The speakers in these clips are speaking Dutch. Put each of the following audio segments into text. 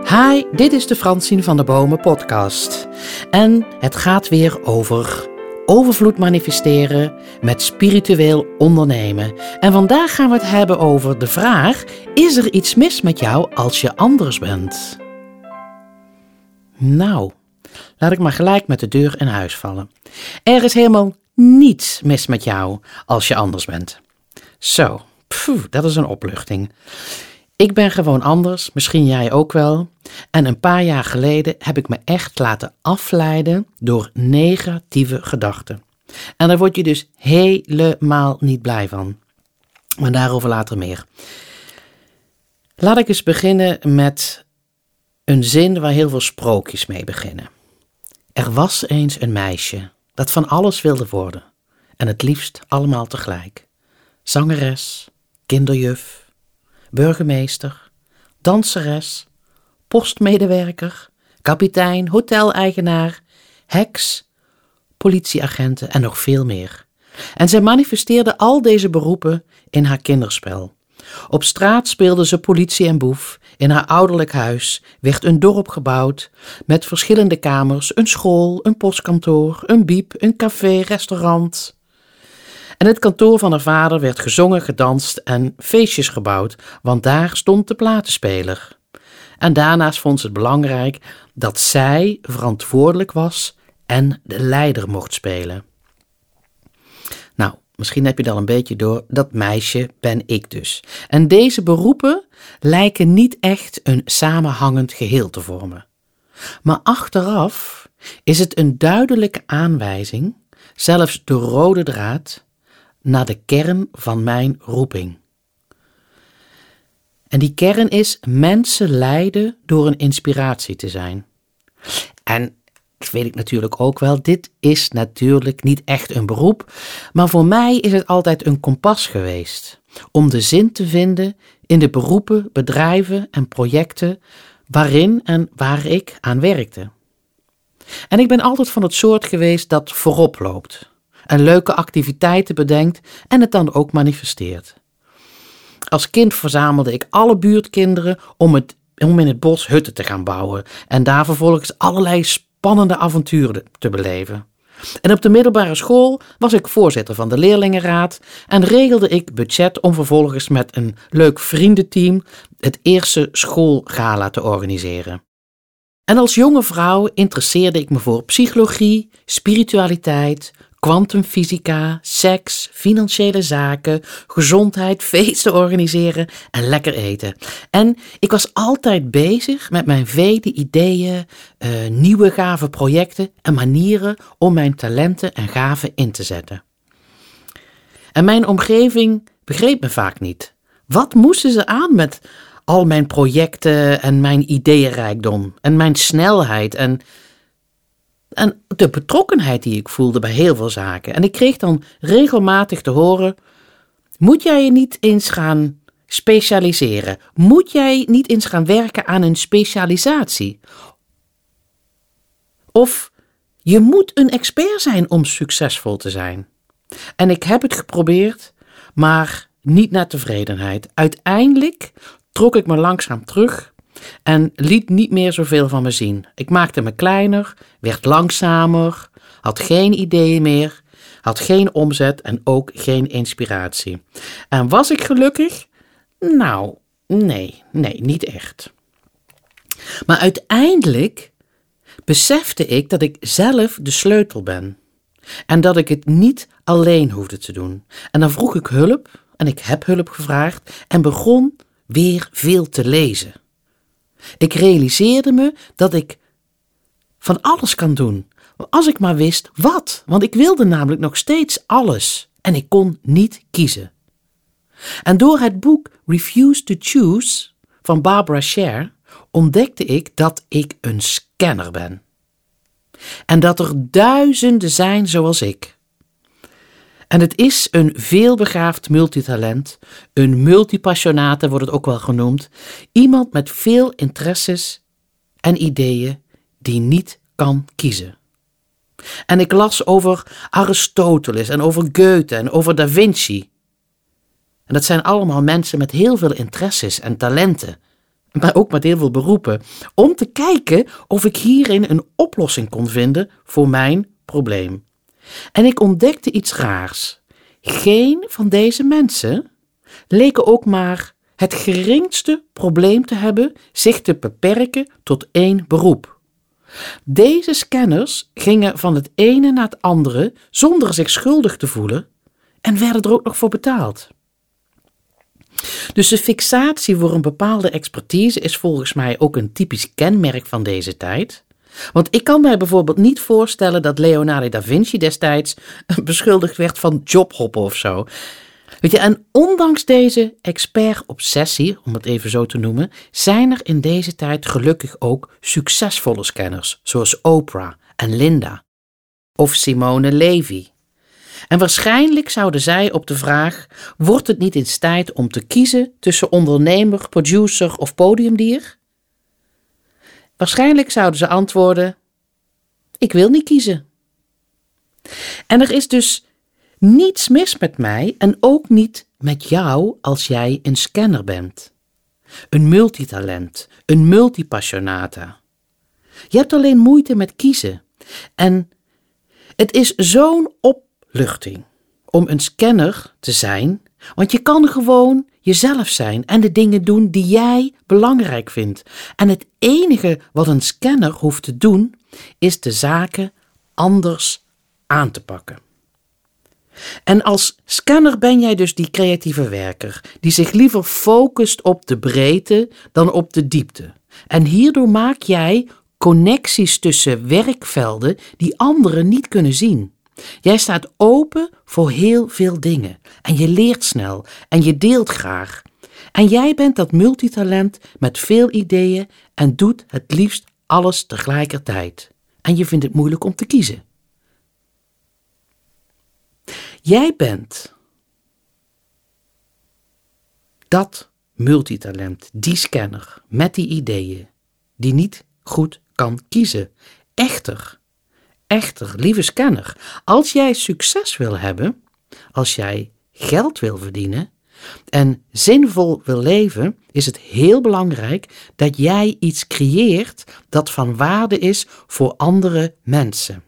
Hi, dit is de Fransien van de Bomen podcast. En het gaat weer over overvloed manifesteren met spiritueel ondernemen. En vandaag gaan we het hebben over de vraag: is er iets mis met jou als je anders bent? Nou, laat ik maar gelijk met de deur in huis vallen. Er is helemaal niets mis met jou als je anders bent. Zo, dat is een opluchting. Ik ben gewoon anders, misschien jij ook wel. En een paar jaar geleden heb ik me echt laten afleiden door negatieve gedachten. En daar word je dus helemaal niet blij van. Maar daarover later meer. Laat ik eens beginnen met een zin waar heel veel sprookjes mee beginnen. Er was eens een meisje dat van alles wilde worden. En het liefst allemaal tegelijk. Zangeres, kinderjuf, burgemeester, danseres, postmedewerker, kapitein, hoteleigenaar, heks, politieagenten en nog veel meer. En zij manifesteerde al deze beroepen in haar kinderspel. Op straat speelde ze politie en boef. In haar ouderlijk huis werd een dorp gebouwd met verschillende kamers, een school, een postkantoor, een biep, een café, restaurant. En het kantoor van haar vader werd gezongen, gedanst en feestjes gebouwd, want daar stond de platenspeler. En daarnaast vond ze het belangrijk dat zij verantwoordelijk was en de leider mocht spelen. Nou, misschien heb je dan een beetje door, dat meisje ben ik dus. En deze beroepen lijken niet echt een samenhangend geheel te vormen. Maar achteraf is het een duidelijke aanwijzing, zelfs de rode draad, naar de kern van mijn roeping. En die kern is mensen leiden door een inspiratie te zijn. En dat weet ik natuurlijk ook wel, dit is natuurlijk niet echt een beroep, maar voor mij is het altijd een kompas geweest om de zin te vinden in de beroepen, bedrijven en projecten waarin en waar ik aan werkte. En ik ben altijd van het soort geweest dat voorop loopt en leuke activiteiten bedenkt en het dan ook manifesteert. Als kind verzamelde ik alle buurtkinderen om in het bos hutten te gaan bouwen en daar vervolgens allerlei spannende avonturen te beleven. En op de middelbare school was ik voorzitter van de leerlingenraad en regelde ik budget om vervolgens met een leuk vriendenteam het eerste schoolgala te organiseren. En als jonge vrouw interesseerde ik me voor psychologie, spiritualiteit, kwantumfysica, seks, financiële zaken, gezondheid, feesten organiseren en lekker eten. En ik was altijd bezig met mijn vele ideeën, nieuwe gave projecten en manieren om mijn talenten en gaven in te zetten. En mijn omgeving begreep me vaak niet. Wat moesten ze aan met al mijn projecten en mijn ideeënrijkdom en mijn snelheid en de betrokkenheid die ik voelde bij heel veel zaken. En ik kreeg dan regelmatig te horen: moet jij je niet eens gaan specialiseren? Moet jij niet eens gaan werken aan een specialisatie? Of je moet een expert zijn om succesvol te zijn. En ik heb het geprobeerd, maar niet naar tevredenheid. Uiteindelijk trok ik me langzaam terug en liet niet meer zoveel van me zien. Ik maakte me kleiner, werd langzamer, had geen ideeën meer, had geen omzet en ook geen inspiratie. En was ik gelukkig? Nou, nee, niet echt. Maar uiteindelijk besefte ik dat ik zelf de sleutel ben en dat ik het niet alleen hoefde te doen. En dan vroeg ik hulp en ik heb hulp gevraagd en begon weer veel te lezen. Ik realiseerde me dat ik van alles kan doen, als ik maar wist wat, want ik wilde namelijk nog steeds alles en ik kon niet kiezen. En door het boek Refuse to Choose van Barbara Sher ontdekte ik dat ik een scanner ben. En dat er duizenden zijn zoals ik. En het is een veelbegaafd multitalent, een multipassionate wordt het ook wel genoemd, iemand met veel interesses en ideeën die niet kan kiezen. En ik las over Aristoteles en over Goethe en over Da Vinci. En dat zijn allemaal mensen met heel veel interesses en talenten maar ook met heel veel beroepen, om te kijken of ik hierin een oplossing kon vinden voor mijn probleem. En ik ontdekte iets raars. Geen van deze mensen leken ook maar het geringste probleem te hebben zich te beperken tot één beroep. Deze scanners gingen van het ene naar het andere zonder zich schuldig te voelen en werden er ook nog voor betaald. Dus de fixatie voor een bepaalde expertise is volgens mij ook een typisch kenmerk van deze tijd. Want ik kan mij bijvoorbeeld niet voorstellen dat Leonardo da Vinci destijds beschuldigd werd van jobhoppen of zo. Weet je, en ondanks deze expert-obsessie, om het even zo te noemen, zijn er in deze tijd gelukkig ook succesvolle scanners, zoals Oprah en Linda of Simone Levy. En waarschijnlijk zouden zij op de vraag, wordt het niet eens tijd om te kiezen tussen ondernemer, producer of podiumdier? Waarschijnlijk zouden ze antwoorden, ik wil niet kiezen. En er is dus niets mis met mij en ook niet met jou als jij een scanner bent. Een multitalent, een multipassionata. Je hebt alleen moeite met kiezen. En het is zo'n opluchting om een scanner te zijn, want je kan gewoon jezelf zijn en de dingen doen die jij belangrijk vindt. En het enige wat een scanner hoeft te doen, is de zaken anders aan te pakken. En als scanner ben jij dus die creatieve werker, die zich liever focust op de breedte dan op de diepte. En hierdoor maak jij connecties tussen werkvelden die anderen niet kunnen zien. Jij staat open voor heel veel dingen en je leert snel en je deelt graag. En jij bent dat multitalent met veel ideeën en doet het liefst alles tegelijkertijd. En je vindt het moeilijk om te kiezen. Jij bent dat multitalent, die scanner met die ideeën, die niet goed kan kiezen. Echter, lieve scanner, als jij succes wil hebben, als jij geld wil verdienen en zinvol wil leven, is het heel belangrijk dat jij iets creëert dat van waarde is voor andere mensen.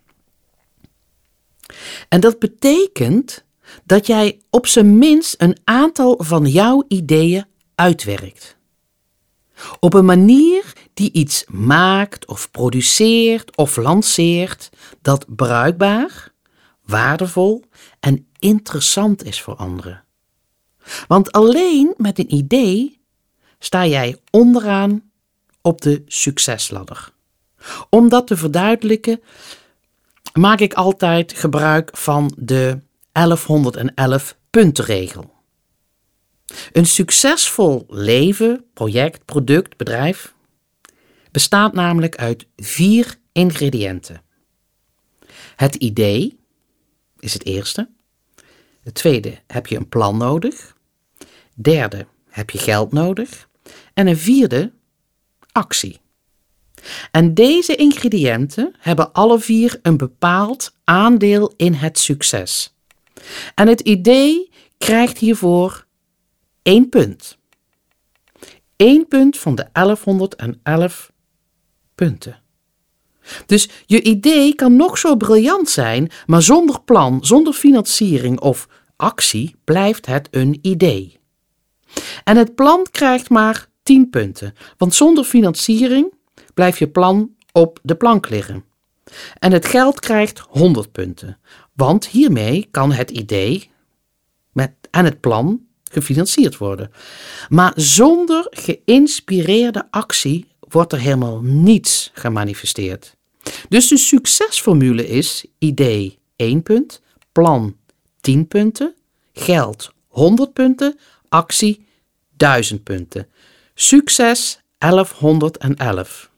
En dat betekent dat jij op zijn minst een aantal van jouw ideeën uitwerkt. Op een manier die iets maakt of produceert of lanceert dat bruikbaar, waardevol en interessant is voor anderen. Want alleen met een idee sta jij onderaan op de succesladder. Om dat te verduidelijken maak ik altijd gebruik van de 1111 puntenregel. Een succesvol leven, project, product, bedrijf bestaat namelijk uit 4 ingrediënten. Het idee is het eerste. Het tweede, heb je een plan nodig. Derde, heb je geld nodig. En een vierde, actie. En deze ingrediënten hebben alle 4 een bepaald aandeel in het succes. En het idee krijgt hiervoor 1 punt. 1 punt van de 1111 punten. Dus je idee kan nog zo briljant zijn, maar zonder plan, zonder financiering of actie blijft het een idee. En het plan krijgt maar 10 punten, want zonder financiering blijft je plan op de plank liggen. En het geld krijgt 100 punten, want hiermee kan het idee en het plan gefinancierd worden. Maar zonder geïnspireerde actie wordt er helemaal niets gemanifesteerd. Dus de succesformule is idee 1 punt, plan 10 punten, geld 100 punten, actie 1000 punten. Succes 1111.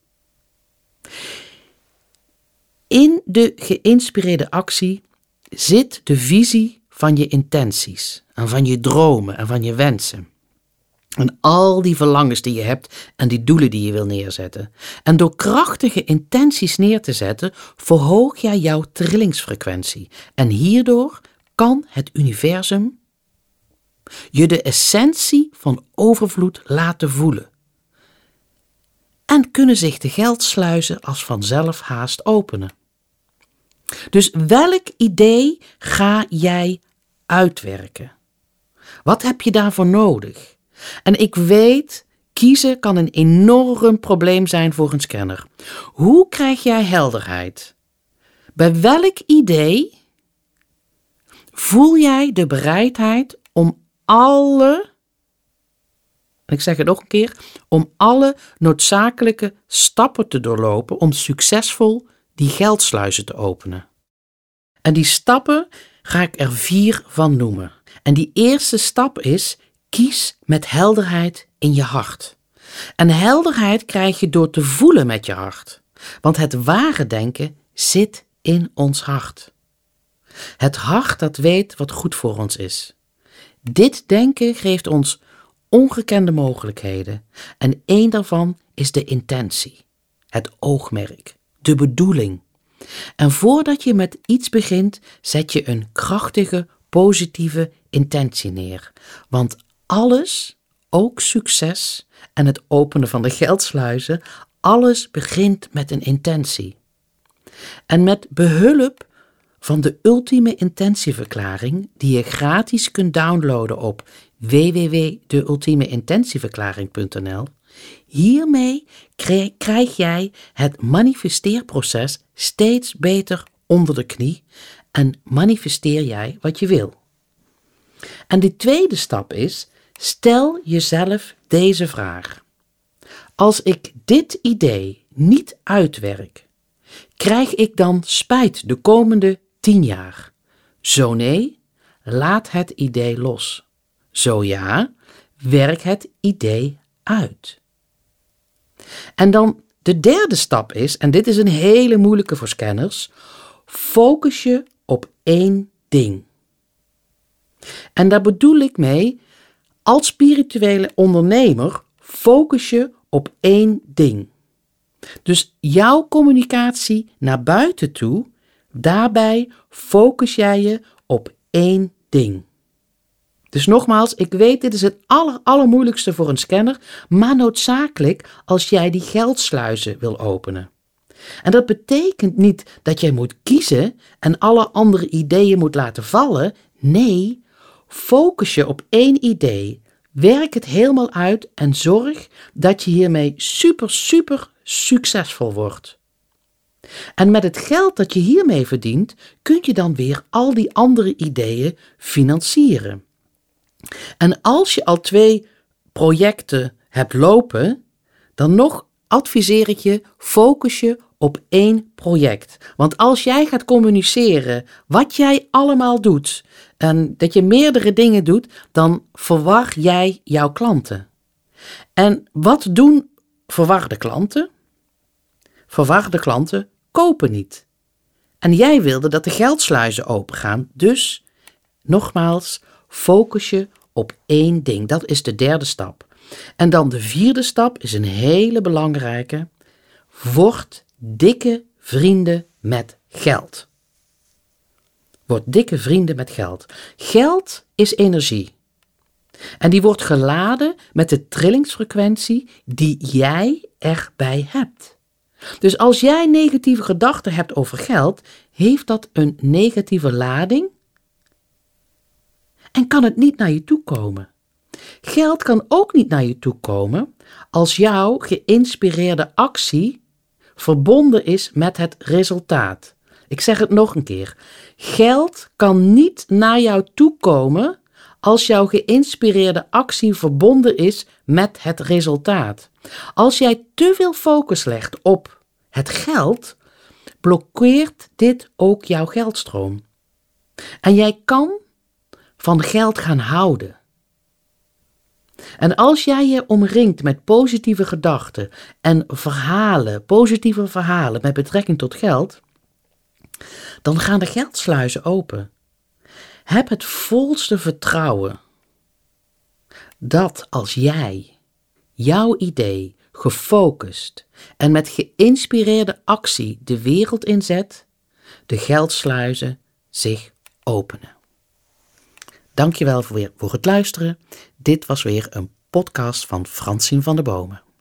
In de geïnspireerde actie zit de visie van je intenties en van je dromen en van je wensen. En al die verlangens die je hebt en die doelen die je wil neerzetten. En door krachtige intenties neer te zetten, verhoog jij jouw trillingsfrequentie. En hierdoor kan het universum je de essentie van overvloed laten voelen. en kunnen zich de geldsluizen als vanzelf haast openen. Dus welk idee ga jij uitwerken? Wat heb je daarvoor nodig? En ik weet, kiezen kan een enorm probleem zijn voor een scanner. Hoe krijg jij helderheid? Bij welk idee voel jij de bereidheid om ik zeg het nog een keer, om alle noodzakelijke stappen te doorlopen om succesvol die geldsluizen te openen? En die stappen ga ik er 4 van noemen. En die eerste stap is: kies met helderheid in je hart. En helderheid krijg je door te voelen met je hart. Want het ware denken zit in ons hart. Het hart dat weet wat goed voor ons is. Dit denken geeft ons ongekende mogelijkheden. En één daarvan is de intentie, het oogmerk, de bedoeling. En voordat je met iets begint, zet je een krachtige, positieve intentie neer. Want alles, ook succes en het openen van de geldsluizen, alles begint met een intentie. En met behulp van de ultieme intentieverklaring, die je gratis kunt downloaden op www.deultiemeintentieverklaring.nl, hiermee krijg jij het manifesteerproces steeds beter onder de knie en manifesteer jij wat je wil. En de tweede stap is: stel jezelf deze vraag. Als ik dit idee niet uitwerk, krijg ik dan spijt de komende 10 jaar? Zo nee, laat het idee los. Zo ja, werk het idee uit. En dan de derde stap is, en dit is een hele moeilijke voor scanners: focus je op 1 ding. En daar bedoel ik mee, als spirituele ondernemer focus je op 1 ding. Dus jouw communicatie naar buiten toe, daarbij focus jij je op 1 ding. Dus nogmaals, ik weet, dit is het allermoeilijkste voor een scanner, maar noodzakelijk als jij die geldsluizen wil openen. En dat betekent niet dat jij moet kiezen en alle andere ideeën moet laten vallen. Nee, focus je op 1 idee, werk het helemaal uit en zorg dat je hiermee super succesvol wordt. En met het geld dat je hiermee verdient, kun je dan weer al die andere ideeën financieren. En als je al 2 projecten hebt lopen, dan nog adviseer ik je, focus je op 1 project. Want als jij gaat communiceren wat jij allemaal doet en dat je meerdere dingen doet, dan verwar jij jouw klanten. En wat doen verwarde klanten? Verwarde klanten kopen niet. En jij wilde dat de geldsluizen opengaan, dus nogmaals, focus je op 1 ding. Dat is de derde stap. En dan de 4e stap is een hele belangrijke: word dikke vrienden met geld. Word dikke vrienden met geld. Geld is energie. En die wordt geladen met de trillingsfrequentie die jij erbij hebt. Dus als jij negatieve gedachten hebt over geld, heeft dat een negatieve lading en kan het niet naar je toe komen. Geld kan ook niet naar je toe komen als jouw geïnspireerde actie verbonden is met het resultaat. Ik zeg het nog een keer. Geld kan niet naar jou toe komen als jouw geïnspireerde actie verbonden is met het resultaat. Als jij te veel focus legt op het geld, blokkeert dit ook jouw geldstroom. En jij kan van geld gaan houden. En als jij je omringt met positieve gedachten en verhalen, positieve verhalen met betrekking tot geld, dan gaan de geldsluizen open. Heb het volste vertrouwen dat als jij jouw idee gefocust en met geïnspireerde actie de wereld inzet, de geldsluizen zich openen. Dankjewel voor het luisteren. Dit was weer een podcast van Fransien van der Bomen.